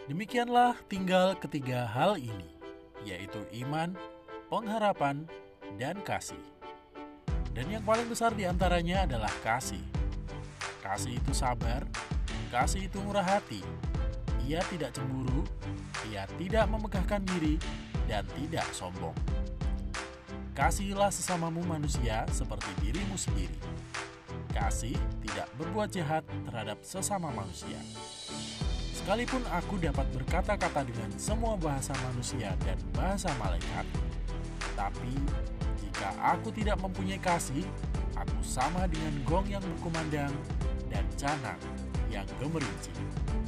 Demikianlah tinggal ketiga hal ini, yaitu iman, pengharapan, dan kasih. Dan yang paling besar di antaranya adalah kasih. Kasih itu sabar, kasih itu murah hati. Ia tidak cemburu, ia tidak memegahkan diri, dan tidak sombong. Kasihilah sesamamu manusia seperti dirimu sendiri. Kasih tidak berbuat jahat terhadap sesama manusia. Sekalipun aku dapat berkata-kata dengan semua bahasa manusia dan bahasa malaikat, tapi jika aku tidak mempunyai kasih, aku sama dengan gong yang berkumandang dan canang yang gemerincing.